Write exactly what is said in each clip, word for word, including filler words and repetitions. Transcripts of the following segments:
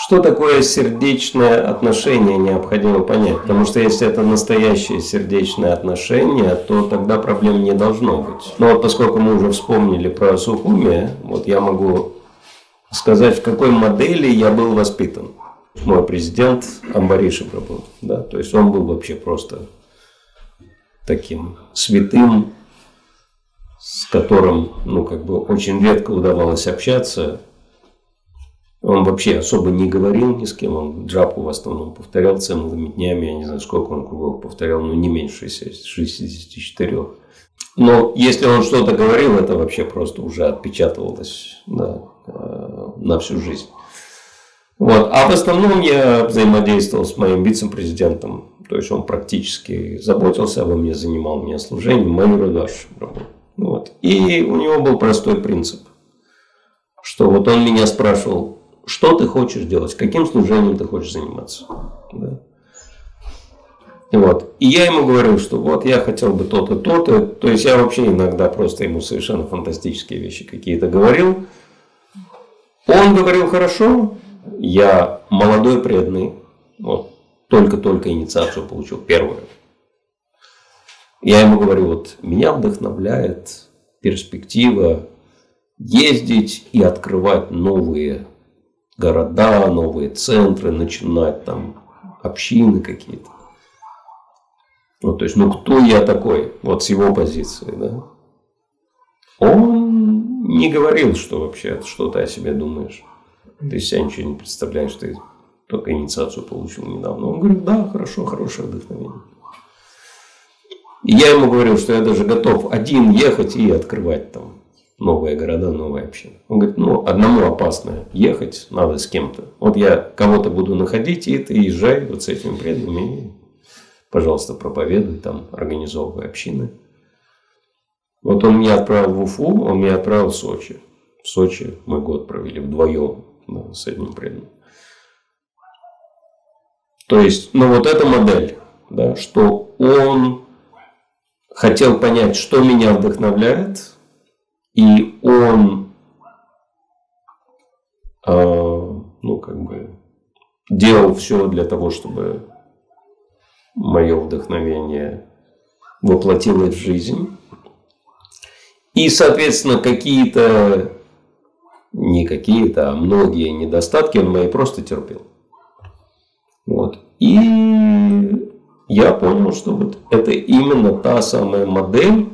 Что такое сердечное отношение, необходимо понять. Потому что если это настоящее сердечное отношение, то тогда проблем не должно быть. Но вот поскольку мы уже вспомнили про Сухуми, вот я могу сказать, в какой модели я был воспитан. Мой президент Амбариши Прабху, да, то есть он был вообще просто таким святым, с которым, ну, как бы очень редко удавалось общаться. Он вообще особо не говорил ни с кем, он джапу в основном повторял целыми днями, я не знаю, сколько он кругов повторял, но не меньше шестидесяти четырёх. Но если он что-то говорил, это вообще просто уже отпечатывалось, да, на всю жизнь. Вот. А в основном я взаимодействовал с моим вице-президентом, то есть он практически заботился обо мне, занимал меня служением, Майор Даш. Вот. И у него был простой принцип, что вот он меня спрашивал, что ты хочешь делать, каким служением ты хочешь заниматься. Да. Вот. И я ему говорил, что вот я хотел бы то-то, то-то. То есть я вообще иногда просто ему совершенно фантастические вещи какие-то говорил. Он говорил хорошо, я молодой преданный, вот, только-только инициацию получил, первую. Я ему говорю, вот меня вдохновляет перспектива ездить и открывать новые города, новые центры, начинать там общины какие-то. Вот, то есть, ну кто я такой, вот с его позиции, да? Он не говорил, что вообще, что ты о себе думаешь. Ты себя ничего не представляешь, ты только инициацию получил недавно. Он говорит, да, хорошо, хорошее вдохновение. И я ему говорил, что я даже готов один ехать и открывать там новые города, новые общины. Он говорит, ну, одному опасно ехать, надо с кем-то. Вот я кого-то буду находить, и ты езжай вот с этими преданными, и, пожалуйста, проповедуй, там, организовывай общины. Вот он меня отправил в Уфу, он меня отправил в Сочи. В Сочи мы год провели вдвоем, да, с одним преданным. То есть, ну вот эта модель, да, что он хотел понять, что меня вдохновляет, и он, э, ну, как бы, делал все для того, чтобы мое вдохновение воплотилось в жизнь. И, соответственно, какие-то, не какие-то, а многие недостатки он мои просто терпел. Вот. И я понял, что вот это именно та самая модель,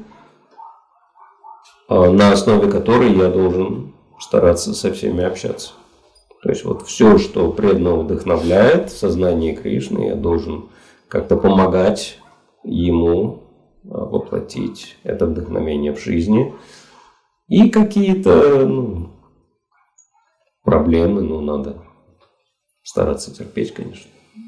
на основе которой я должен стараться со всеми общаться. То есть вот все, что преданного вдохновляет в сознании Кришны, я должен как-то помогать ему воплотить это вдохновение в жизни. И какие-то, ну, проблемы, ну, надо стараться терпеть, конечно.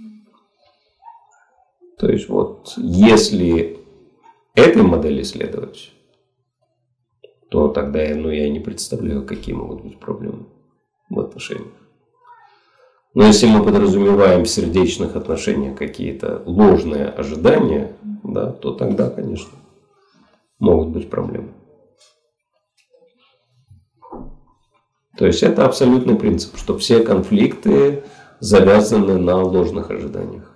То есть вот если этой модели следовать, то тогда я, ну, я не представляю, какие могут быть проблемы в отношениях. Но если мы подразумеваем в сердечных отношениях какие-то ложные ожидания, да, то тогда, конечно, могут быть проблемы. То есть это абсолютный принцип, что все конфликты завязаны на ложных ожиданиях.